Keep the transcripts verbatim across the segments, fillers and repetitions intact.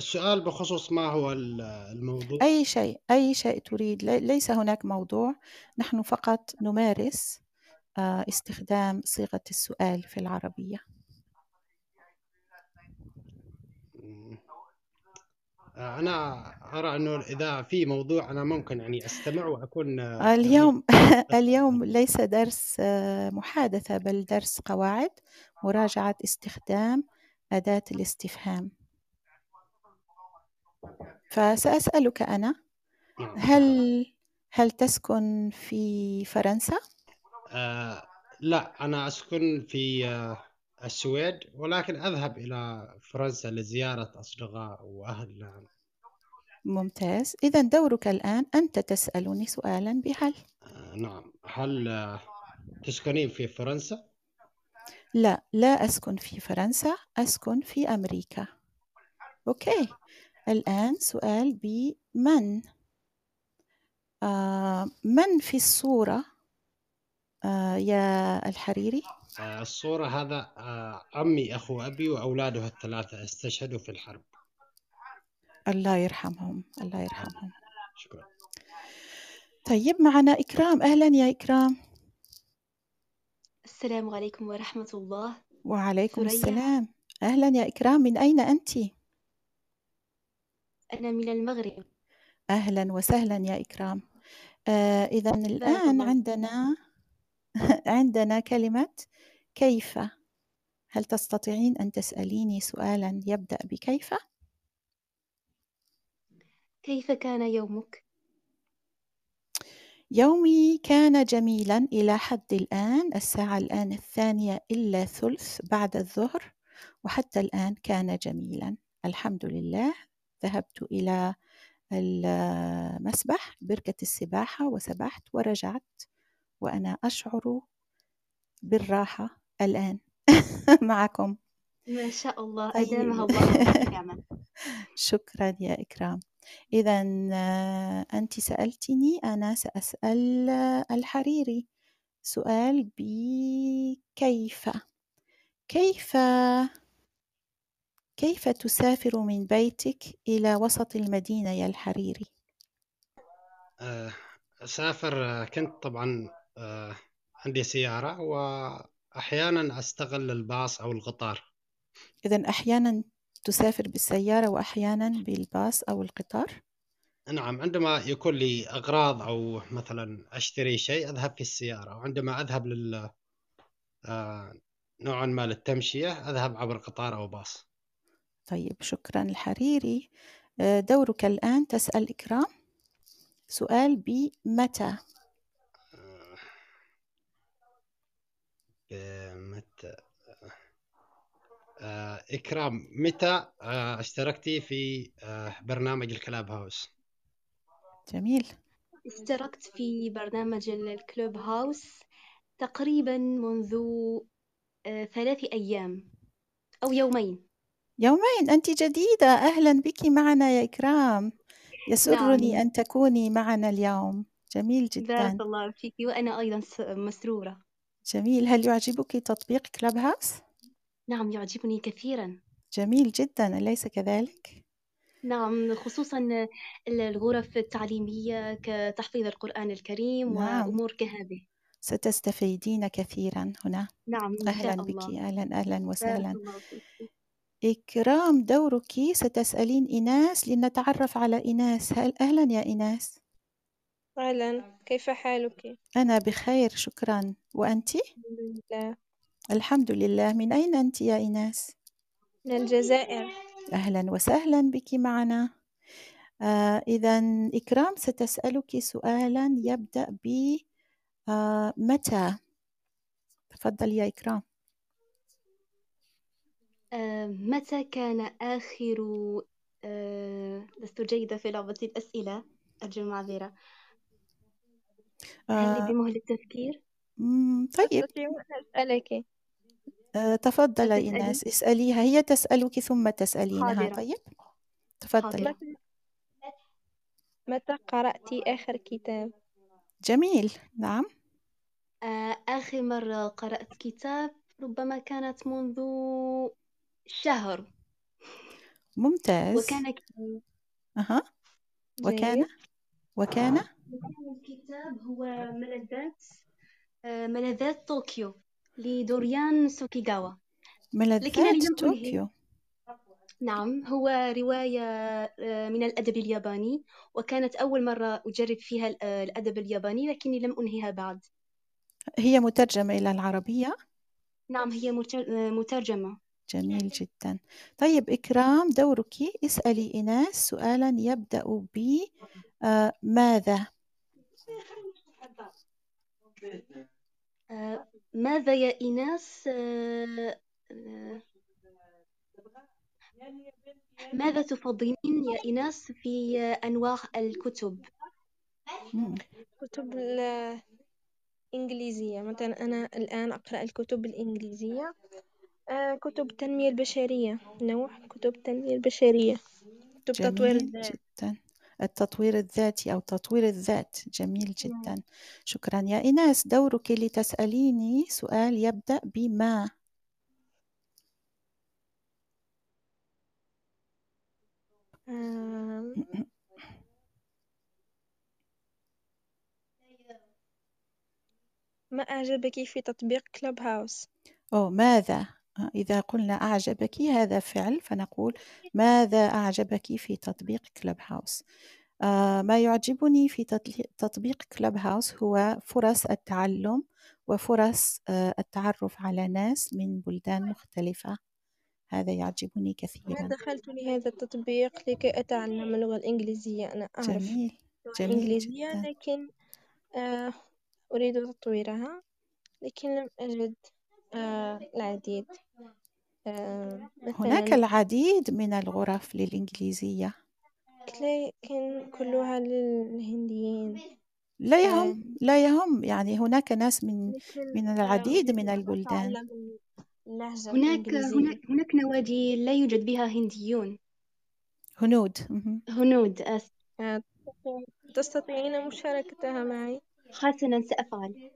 السؤال بخصوص ما هو ال- الموضوع؟ أي شيء أي شيء تريد، لي- ليس هناك موضوع، نحن فقط نمارس آه، استخدام صيغة السؤال في العربية. مم. آه، أنا أرى أنه إذا في موضوع أنا ممكن يعني أستمع وأكون آه، يعني اليوم اليوم ليس درس آه، محادثة، بل درس قواعد مراجعة استخدام أداة الاستفهام. فسأسألك أنا، نعم هل تفضل. هل تسكن في فرنسا؟ آه، لا، أنا أسكن في آه، السويد، ولكن أذهب إلى فرنسا لزيارة أصدقاء وأهل. نعم. ممتاز، إذا دورك الآن أنت تسألني سؤالا بهل. آه، نعم. هل آه، تسكنين في فرنسا؟ لا، لا أسكن في فرنسا، أسكن في أمريكا. أوكي، الآن سؤال بمن. آه من في الصورة آه يا الحريري؟ آه، الصورة هذا آه، عمي أخو أبي وأولاده الثلاثة استشهدوا في الحرب. الله يرحمهم، الله آمين. يرحمهم. شكرا. طيب، معنا إكرام. أهلا يا إكرام. السلام عليكم ورحمة الله. وعليكم ثريا، السلام. أهلا يا إكرام، من أين أنت؟ أنا من المغرب. أهلا وسهلا يا إكرام. آه إذا بارك الآن الله فيك. عندنا عندنا كلمة كيف. هل تستطيعين أن تسأليني سؤالا يبدأ بكيف؟ كيف كان يومك؟ يومي كان جميلا إلى حد الآن. الساعة الآن الثانية إلا ثلث بعد الظهر، وحتى الآن كان جميلا الحمد لله. ذهبت إلى المسبح، بركة السباحة، وسبحت ورجعت وأنا أشعر بالراحة الآن معكم. ما شاء الله، أدامها طيب الله عليك النعمة. شكرا يا إكرام. إذا أنت سألتني، أنا سأسأل الحريري سؤال بكيف. كيف كيف تسافر من بيتك إلى وسط المدينة يا الحريري؟ آه، أسافر. آه، كنت طبعا آه، عندي سيارة، وأحيانا أستغل الباص أو القطار. إذا أحيانا تسافر بالسيارة وأحيانا بالباص أو القطار؟ نعم، عندما يكون لي أغراض أو مثلا أشتري شيء أذهب في السيارة، وعندما أذهب لل آه، نوعا ما للتمشية أذهب عبر قطار أو باص. طيب شكرا الحريري. آه، دورك الآن تسأل إكرام سؤال بمتى. آه، آه، متى آه، إكرام، متى آه، اشتركتي في آه، برنامج الكلاب هاوس؟ جميل. اشتركت في برنامج الكلوب هاوس تقريبا منذ آه، ثلاث أيام أو يومين. يومين، أنت جديدة. أهلا بك معنا يا إكرام، يسرني نعم، أن تكوني معنا اليوم. جميل بارك جدا. الله فيك، وأنا أيضا س- مسرورة. جميل، هل يعجبك تطبيق كلاب هاوس؟ نعم، يعجبني كثيرا. جميل جدا، أليس كذلك؟ نعم، خصوصا الغرف التعليمية كتحفيظ القرآن الكريم نعم، وأمور كهذه. ستستفيدين كثيرا هنا. نعم، إن أهلا شاء بك، الله. أهلا أهلا بارك وسهلا. الله فيك. إكرام، دورك ستسألين إيناس لنتعرف على إيناس. هل أهلا يا إيناس؟ أهلا، كيف حالك؟ أنا بخير شكرا، وأنت؟ الحمد لله. الحمد لله. من أين أنت يا إيناس؟ من الجزائر. أهلا وسهلا بك معنا. آه إذا إكرام ستسألك سؤالا يبدأ ب آه متى. تفضل يا إكرام. آه، متى كان آخر آه، لست جيدة في لعبة الأسئلة، أرجو المعذرة. هل لي آه بمهلة تفكير؟ مم، طيب. أستطيع أن أسألك؟ آه تفضل ستسألي؟ إيناس، اسأليها، هي تسألك ثم تسألينها. حاضرة، طيب تفضلي. حاضرة. متى متى قرأت آخر كتاب؟ جميل، نعم. آه، آخر مرة قرأت كتاب ربما كانت منذ شهر. ممتاز. وكان أها. وكان جيد. وكان وكان الكتاب هو ملذات آه، ملذات طوكيو لدوريان سوكيغاوا. لكنني ملذات لم أنهي. طوكيو. نعم، هو رواية آه، من الأدب الياباني، وكانت أول مرة أجرب فيها ال- آه، الأدب الياباني، لكني لم أنهيها بعد. هي مترجمة إلى العربية؟ نعم، هي متر- آه، مترجمة. جميل جدا. طيب إكرام، دورك، اسألي إيناس سؤالا يبدأ ب آه، ماذا؟ آه، ماذا يا إيناس؟ آه، آه، ماذا تفضلين يا إيناس في آه، أنواع الكتب؟ مم. كتب الإنجليزية مثلا، أنا الآن أقرأ الكتب الإنجليزية. آه، كتب التنمية البشرية، نوع كتب التنمية البشرية، كتب تطوير جميل الذات. جدا. التطوير الذاتي أو تطوير الذات. جميل جدا. شكرا يا إيناس. دورك لتسأليني سؤال يبدأ بما. آه، ما أعجبك في تطبيق كلوب هاوس؟ أو ماذا؟ آه، إذا قلنا أعجبك هذا فعل، فنقول ماذا أعجبك في تطبيق كلوب هاوس؟ آه، ما يعجبني في تطلي- تطبيق كلوب هاوس هو فرص التعلم وفرص آه، التعرف على ناس من بلدان مختلفة. هذا يعجبني أنا كثيرا. دخلت لهذا التطبيق لكي أتعلم اللغة الإنجليزية. أنا أعرف جميل اللغة جميل الإنجليزية، جدا. لكن آه، أريد تطويرها، لكن لم أجد آه، العديد. آه، هناك مثلا العديد من الغرف للإنجليزية. لكن كلها للهنديين. لا آه، يهم لا يهم، يعني هناك ناس من لكن من آه، العديد أريد من أن البلدان. أتعلم اللهجة هناك الإنجليزية. هناك هناك نوادي لا يوجد بها هنديون. هنود. مهم. هنود. آسف. آه، تستطيع- تستطيعين مشاركتها معي؟ حسنا، سأفعل.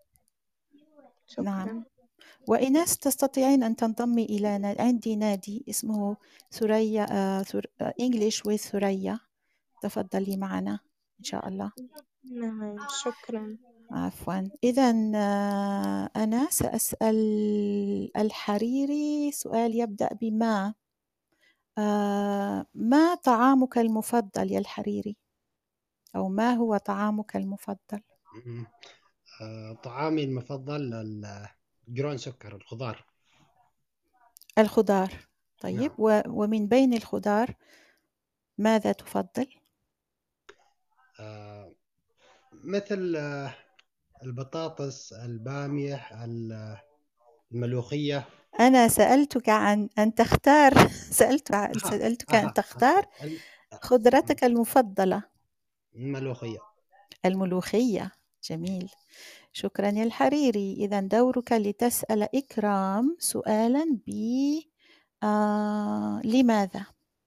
نعم. شكرا. وإيناس، تستطيعين أن تنضمي إلى نا- عندي نادي اسمه ثريا آه، ثر... آه، English with ثريا. تفضلي معنا إن شاء الله. نعم، شكرا. عفوا. إذا أنا سأسأل الحريري سؤال يبدأ بما. آه، ما طعامك المفضل يا الحريري؟ أو ما هو طعامك المفضل؟ مم. آه، طعامي المفضل الجرون سكر، الخضار. الخضار. طيب، نعم. و... ومن بين الخضار ماذا تفضل؟ آه، مثل آه، البطاطس، البامية، ال- الملوخية. أنا سألتك عن أن تختار سألت أها سألتك أن أها تختار أوكي. ال- خضرتك المفضلة. الملوخية. الملوخية. جميل. شكرا يا الحريري. إذا دورك لتسأل إكرام سؤالا ب آه لماذا؟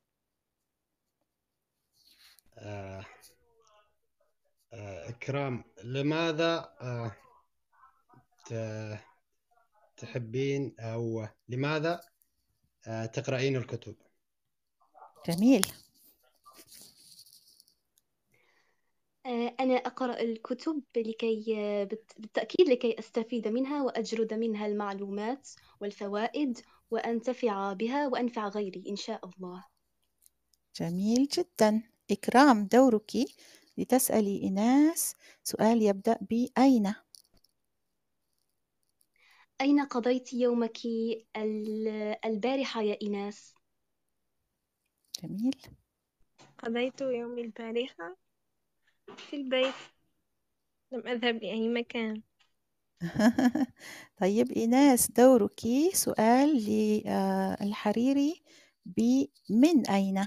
آه، آه، إكرام، لماذا آه، ت- تحبين أو لماذا آه، تقرأين الكتب؟ جميل. آه، أنا أقرأ الكتب لكي آه، بالت- بالتأكيد لكي أستفيد منها وأجرد منها المعلومات والفوائد، وأنتفع بها وأنفع غيري إن شاء الله. جميل جدا. إكرام، دورك لتسألي إناس سؤال يبدأ بأين. أين قضيت يومك ال- البارحة يا إيناس؟ جميل. قضيت يومي البارحة في البيت، لم أذهب لأي مكان. طيب إيناس، دورك سؤال للحريري بمن أين.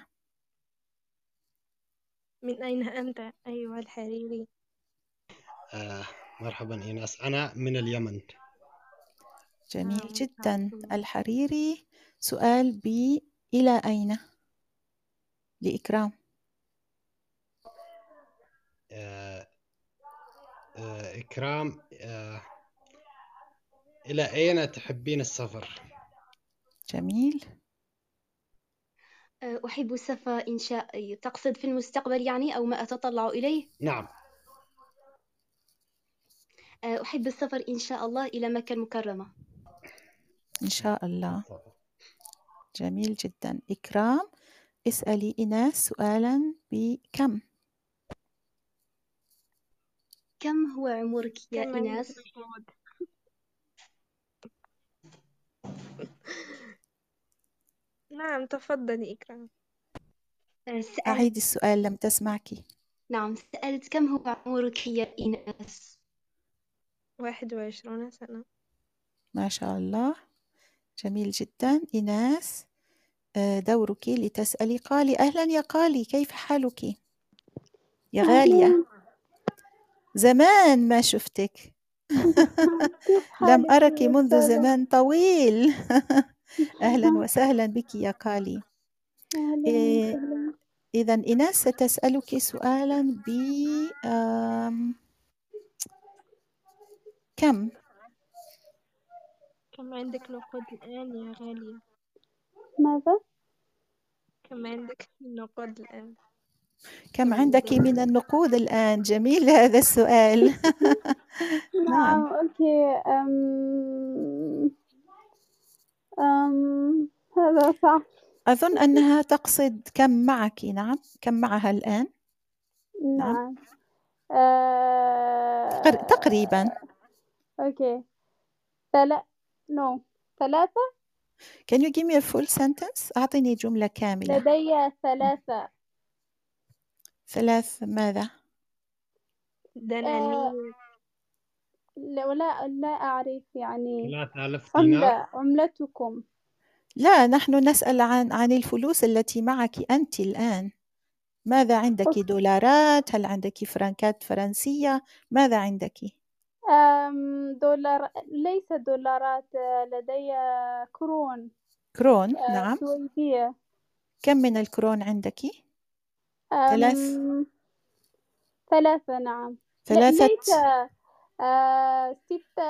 من أين أنت أيها الحريري؟ آه، مرحبا إيناس، أنا من اليمن. جميل آه، جدا. شكراً. الحريري سؤال ب إلى أين لإكرام. آه، آه، إكرام، آه، إلى أين تحبين السفر؟ جميل. آه، أحب السفر إن شاء تقصد في المستقبل يعني أو ما أتطلع إليه؟ نعم. آه، أحب السفر إن شاء الله إلى مكة المكرمة. إن شاء الله. جميل جدا. إكرام، اسألي إناس سؤالا بكم. كم هو عمرك يا كم عندك إيناس؟ نقود؟ نعم تفضلي إكرام. آه، سألت أعيد السؤال، لم تسمعك. نعم سألت كم هو عمرك يا إيناس؟ واحد وعشرون سنة. ما شاء الله، جميل جدا. إناس، آه، دورك لتسألي قالي. أهلا يا قالي، كيف حالك يا غالية؟ أهلا. زمان ما شفتك. كيف لم حالك أرك يا منذ أستاذة؟ زمان طويل. أهلا وسهلا بك يا قالي. أهلا إيه، وسهلا. إذا إناس ستسألك سؤالا ب آم، كم. كم عندك نقود الآن يا غالية؟ ماذا؟ كم عندك نقود الآن؟ كم كم عندك عندك؟ من النقود الآن؟ جميل هذا السؤال. نعم. نعم أوكي. أم... أم... هذا صح. أظن أنها تقصد كم معك. نعم، كم معها الآن؟ نعم، نعم. أه... تقر- تقريبا. أوكي. ثلاث نو ثلاثة. Can you give me a full sentence؟ أعطيني جملة كاملة. لدي ثلاثة. ثلاث ماذا؟ أه... دنانير. لا لا لا أعرف يعني. ثلاثة آلاف دينار. عملة عملتكم. لا، نحن نسأل عن عن الفلوس التي معك أنت الآن. ماذا عندك؟ دولارات؟ هل عندك فرنكات فرنسية؟ ماذا عندك؟ أم... دولار ليس دولارات. لدي كرون. كرون. أه... نعم. سويدية. كم من الكرون عندك؟ ثلاث. أم... ثلاثة. نعم. ثلاثة. ليس آه... ستة.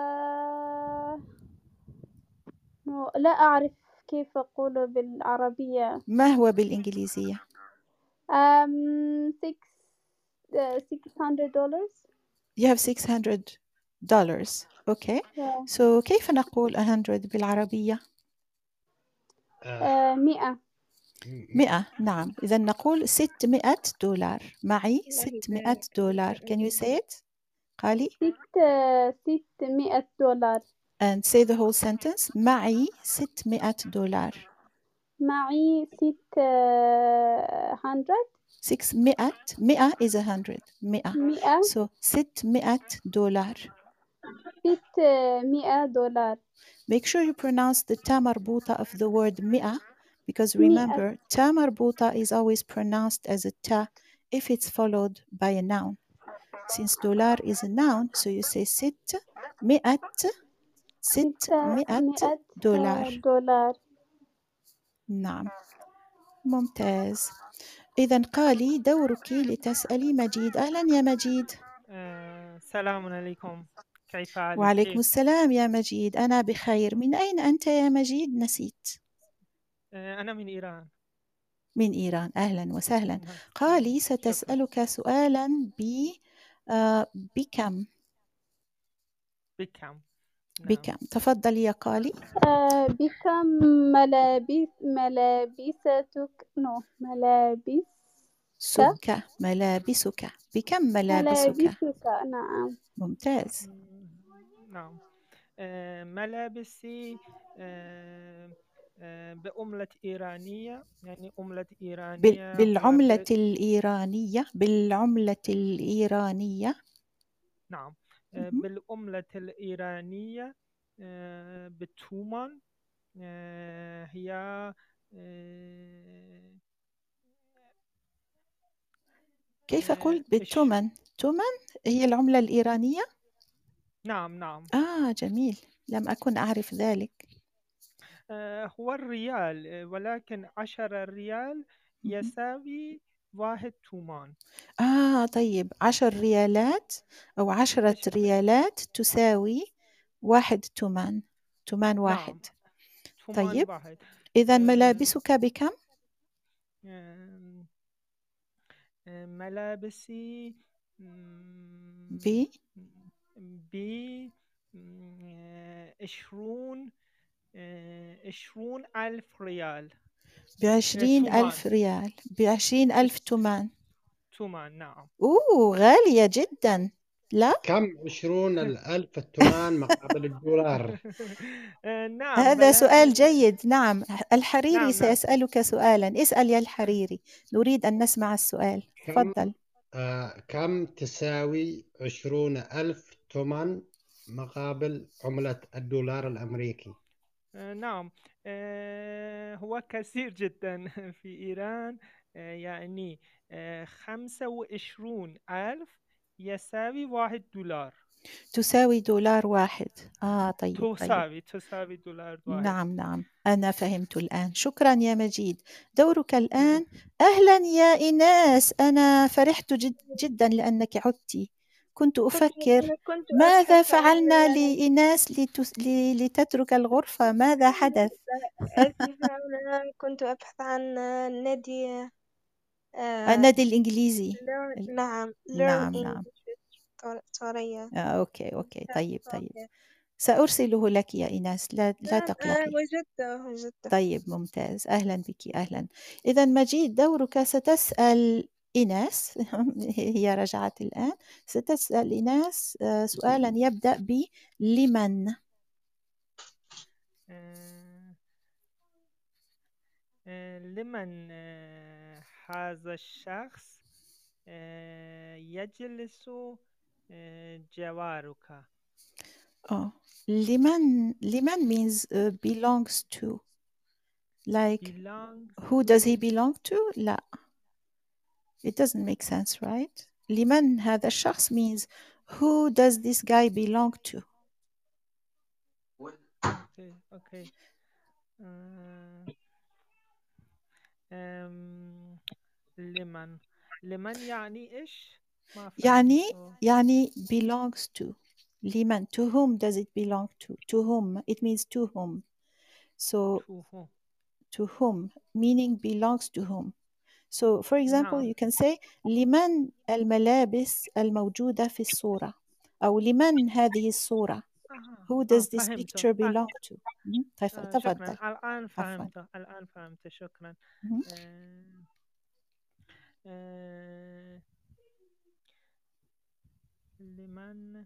نو، لا أعرف كيف أقول بالعربية. ما هو بالإنجليزية؟ أم... six uh, six hundred dollars. You have six hundred dollars. Okay. yeah. So كيف نقول a hundred بالعربية؟ آه... مئة. مئة. نعم، إذا نقول ستمائة دولار. معي ستمائة دولار. Can you say it؟ قالي. ست ستمائة دولار. And say the whole sentence. معي ستمائة دولار. معي ست hundred. ستمائة. مئة is a hundred. مئة. مئة. So ستمائة دولار. ستمائة دولار. Make sure you pronounce the ta مربوطة of the word مئة, because remember مئة. ta مربوطة is always pronounced as a ta if it's followed by a noun. Since dollar is a noun, so you say ست مئة ست مئة دولار. دولار. نعم، ممتاز. إذا قالي دورك لتسألي مجيد. أهلا يا مجيد. السلام آه، عليكم، كيف حالك؟ وعليكم السلام يا مجيد، أنا بخير. من أين أنت يا مجيد؟ نسيت. آه، أنا من إيران. من إيران. أهلا وسهلا. قالي ستسألك سؤالا ب آه بكم. بكم. نعم. بكم. تفضلي يا قالي. آه بكم ملابس ملابستك نو ملابس سك ملابسك. بكم ملابسك؟ ملابسك. نعم. ممتاز. نعم. آه، ملابسي آه، آه، بعملة إيرانية، يعني عملة إيرانية. بالعملة وب... الإيرانية. بالعملة الإيرانية. نعم. آه، بالعملة الإيرانية آه، بالتومان. آه، هي آه، كيف أقول آه، إيش؟ بالتومن؟ تومن هي العملة الإيرانية؟ نعم نعم. آه جميل، لم أكن أعرف ذلك. آه، هو الريال، آه، ولكن عشرة ريال يساوي واحد تومان. آه طيب، عشر ريالات أو عشرة عشرة. ريالات تساوي واحد تومان. تومان واحد. نعم. تومان طيب واحد. إذا آه، ملابسك بكم؟ آم، آم، ملابسي مم، ب ب مم، آه، عشرون آه، عشرون ألف ريال آه، بعشرين تومان ألف ريال، بعشرين ألف تومان. تومان. نعم. أوه غالية جدا، لا؟ كم عشرون الألف التمان مقابل الدولار؟ آه، نعم هذا بلا سؤال آه، جيد. نعم، الحريري نعم نعم سيسألك سؤالا. اسأل يا الحريري، نريد أن نسمع السؤال. كم تفضل. آه كم تساوي عشرون ألف تومان مقابل عملة الدولار الأمريكي؟ آه، نعم. آه، هو كثير جدا في إيران. آه، يعني آه، خمسة وعشرون ألف يساوي واحد دولار. تساوي دولار واحد. آه طيب طيب. تساوي تساوي دولار واحد. نعم نعم، أنا فهمت الآن. شكرا يا مجيد. دورك الآن. أهلا يا إيناس، أنا فرحت جد جدا لأنك عدت. كنت شكرا. أفكر أنا كنت ماذا أبحث عن فعلنا لإيناس لتس... ل... لتترك الغرفة، ماذا حدث؟ آسفة، أنا كنت أبحث عن نادي آه النادي الإنجليزي. learn ال- نعم learn نعم نعم. English سوريا. آه، أوكي أوكي، طيب طيب، سأرسله لك يا إيناس، لا لا نعم آه تقلقي. وجدته وجدته. طيب ممتاز، أهلا بك أهلا. إذا مجيد دورك، ستسأل إيناس هي رجعت الآن. ستسأل إيناس آه، سؤالا يبدأ ب لمن. آه، آه، لمن آه، هذا الشخص آه، يجلس آه، جوارك. Oh. لمن لمن means uh, belongs to, like belongs who does he to. belong to. لا, it doesn't make sense, right? لمن هذا الشخص means who does this guy belong to. okay okay آه، أم، لمن لمن يعني إيش؟ ما يعني فهمت. يعني belongs to. لمن, to whom does it belong to? To whom, it means to whom. So to whom. to whom meaning belongs to whom. So for example نعم. you can say لمن الملابس الموجودة في الصورة، أو لمن هذه الصورة. آه. Who آه does this فهمت. picture آه. belong to? مم. تف- آه شكرا. تفضل. الآن عفوا. فهمت الآن فهمت شكرا. مم. آه. آه. لمن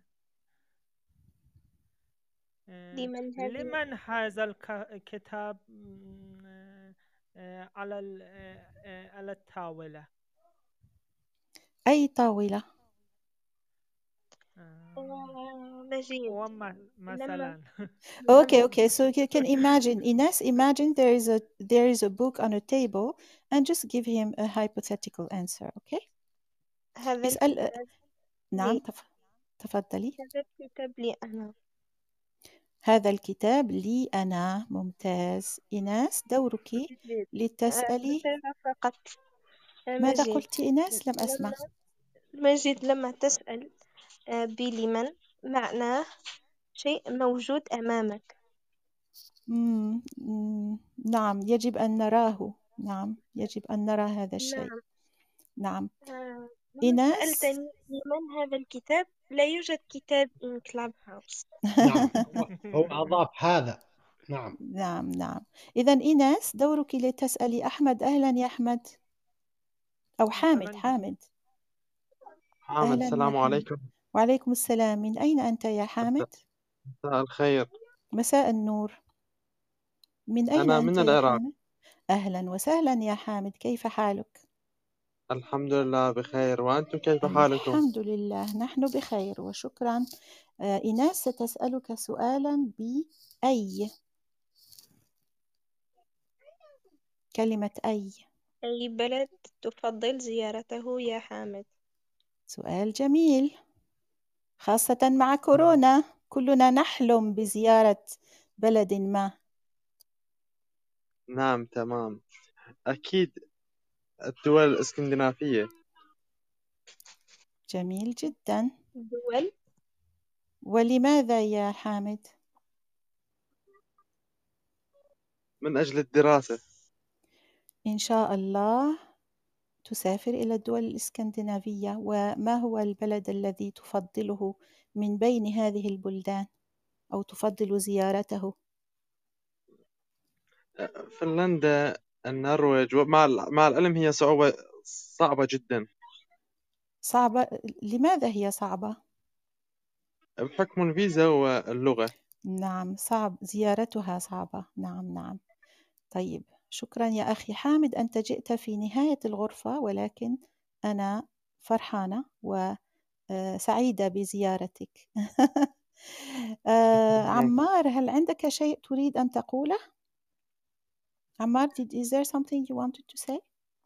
آه. لمن هذه لمن هذا الكتاب م، آه، آه، على ال- آه، آه، على الطاولة. أي طاولة؟ آه، آه مجيد. وما لما مثلا Okay, okay. So you can imagine, Ines, imagine there is a there is a book on a table, and just give him a hypothetical answer. Okay? هذا اسأل. الكتاب نعم، لي تف... تفضلي. هذا الكتاب لي أنا. هذا الكتاب لي أنا. ممتاز. إيناس دورك مجيد. آه لتسألي. دقيقة فقط. آه ماذا مجيد. قلت إيناس؟ لم أسمع. لما مجيد لما تسأل آه بلمن معناه شيء موجود أمامك. مم. مم. نعم، يجب أن نراه. نعم، يجب أن نرى هذا الشيء. نعم. نعم. آه لما إيناس. سألتني لمن هذا الكتاب، لا يوجد كتاب in Clubhouse. نعم، هو هو أضاف هذا. نعم. نعم نعم. إذا إيناس دورك لتسألي أحمد. أهلا يا أحمد، أو حامد. أهلا بك. حامد حامد، أهلا يا السلام حامد. عليكم. وعليكم السلام. من أين أنت يا حامد؟ مساء الخير. مساء النور. من أين أنا أنت من يا العراق. حامد؟ أهلا وسهلا يا حامد، كيف حالك؟ الحمد لله بخير، وأنتم كيف حالكم؟ الحمد لله نحن بخير وشكرا. آه، إيناس ستسألك سؤالا بأي. كلمة أي. أي بلد تفضل زيارته يا حامد؟ سؤال جميل، خاصة مع كورونا كلنا نحلم بزيارة بلد ما. نعم تمام، أكيد الدول الإسكندنافية. جميل جدا. دول. ولماذا يا حامد؟ من أجل الدراسة. إن شاء الله تسافر إلى الدول الإسكندنافية. وما هو البلد الذي تفضله من بين هذه البلدان أو تفضل زيارته؟ فنلندا، النرويج، ومع مع العلم هي صعوبة صعبة جدا صعبة. لماذا هي صعبة؟ بحكم الفيزا واللغة. نعم، صعب زيارتها صعبة. نعم نعم. طيب، شكرا يا أخي حامد، أنت جئت في نهاية الغرفة، ولكن أنا فرحانة وسعيدة بزيارتك. آه، عمار، هل عندك شيء تريد أن تقوله؟ عمار, did, is there something you wanted to say?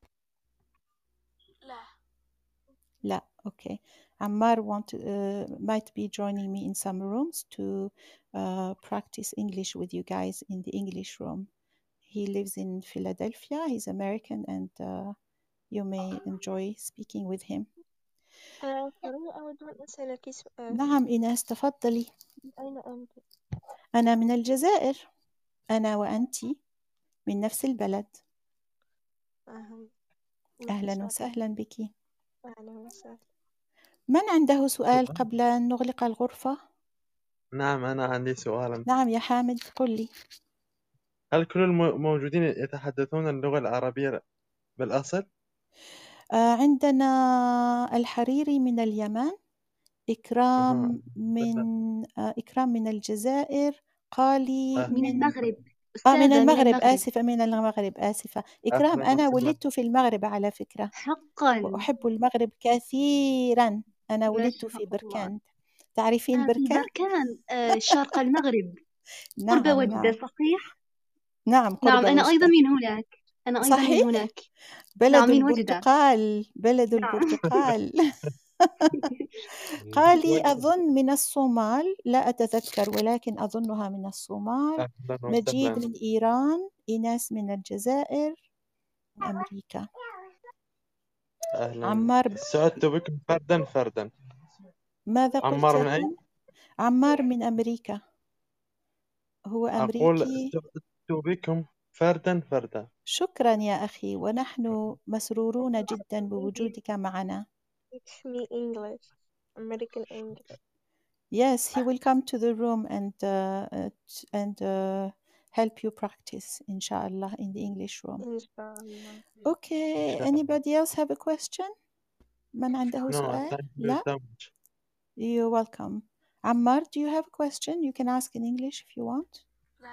لا. لا, okay. Ammar want, uh, might be joining me in some rooms to uh, practice English with you guys in the English room. He lives in Philadelphia. He's American, and uh, you may enjoy speaking with him. آه، سوري، أود أن أسألك سؤال. نعم إيناس، تفضلي. من أين أنت؟ أنا من الجزائر. أنا وأنت من نفس البلد. أهم. أهلا وسهلا بك. أهلا وسهلا. من عنده سؤال قبل أن نغلق الغرفة؟ نعم، أنا عندي سؤالا. نعم يا حامد، قل لي. هل كل الموجودين يتحدثون اللغة العربية بالأصل؟ آه، عندنا الحريري من اليمن، إكرام أها. من آه، إكرام من الجزائر، قالي أه. من من المغرب آه من أستاذة، من المغرب. المغرب. آسفة، من المغرب. آسفة إكرام، أهلا أنا وسهلا. ولدت في المغرب على فكرة، حقا وأحب المغرب كثيرا. أنا ما ولدت شاء في الله. بركان. تعرفين آه، في بركان؟ بركان، آه، شرق المغرب، قرب نعم ودة، نعم صحيح؟ نعم، قرب نعم، أنا أيضا وجدة. من هناك، أنا أيضا من صحيح، هناك. بلد نعم، من وجدة. البرتقال، بلد نعم. البرتقال. قالي أظن من الصومال، لا أتذكر، ولكن أظنها من الصومال. أهلا مجيد وسهلا. من إيران، إيناس من الجزائر، من أمريكا. أهلا. عمار ب... سعدت بكم فردا فردا. ماذا قلت عمار يا من أين؟ حامد؟ عمار من أمريكا، هو أقول أمريكي. سعدت بكم فردا فردا. شكرا يا أخي، ونحن مسرورون جدا بوجودك معنا. Teach me English. American English. Yes, he will come to the room and uh, uh, t- and uh, help you practice, inshallah, in the English room. إن شاء الله. Okay, anybody else have a question? من عنده No, سؤال؟ thank you لا? so much. You're welcome. Ammar, do you have a question? You can ask in English if you want. لا.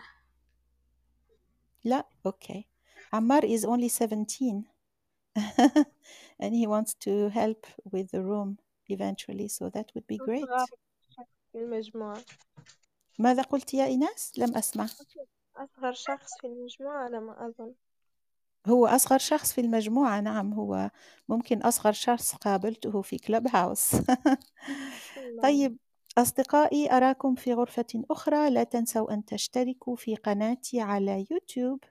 لا? Okay. Ammar is only seventeen and he wants to help with the room eventually, so that would be great. أصغر شخص في المجموعة. ماذا قلت يا إيناس؟ لم أسمع. أصغر شخص في المجموعة على ما أظن. هو أصغر شخص في المجموعة، نعم، هو ممكن أصغر شخص قابلته في كلوب هاوس. طيب أصدقائي، أراكم في غرفة أخرى. لا تنسوا أن تشتركوا في قناتي على يوتيوب،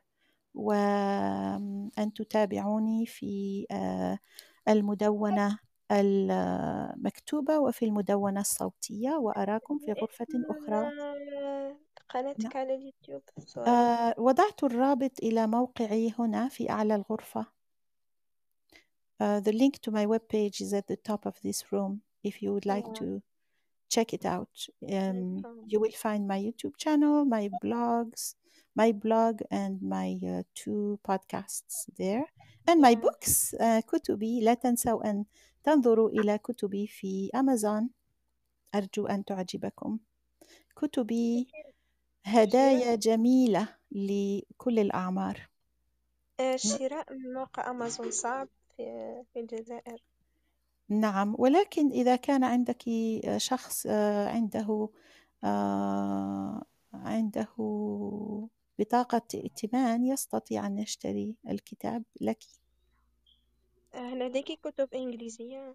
وأن تتابعوني في المدونة المكتوبة وفي المدونة الصوتية، وأراكم في غرفة أخرى. قناتك على اليوتيوب؟ آه، وضعت الرابط إلى موقعي هنا في أعلى الغرفة. Uh, the link to my webpage is at the top of this room if you would like yeah. to check it out. Um, you will find my YouTube channel, my blogs, my blog, and my uh, two podcasts there. And my yeah. books, uh, كتبي. لا تنسوا أن تنظروا إلى كتبي في أمازون، أرجو أن تعجبكم. كتبي هدايا جميلة لكل الأعمار. شراء من موقع أمازون صعب في في الجزائر. نعم، ولكن إذا كان عندك شخص عنده عنده بطاقة ائتمان يستطيع أن يشتري الكتاب لك. هل لديك كتب إنجليزية؟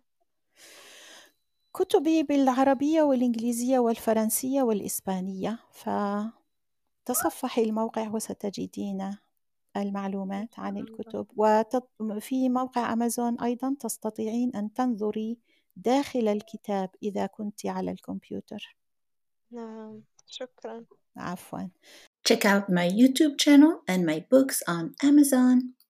كتبي بالعربية والإنجليزية والفرنسية والإسبانية، فتصفحي الموقع وستجدين المعلومات عن الكتب. وفي موقع أمازون أيضا تستطيعين أن تنظري داخل الكتاب إذا كنت على الكمبيوتر. نعم، شكرا. عفوا. Check out my YouTube channel and my books on Amazon.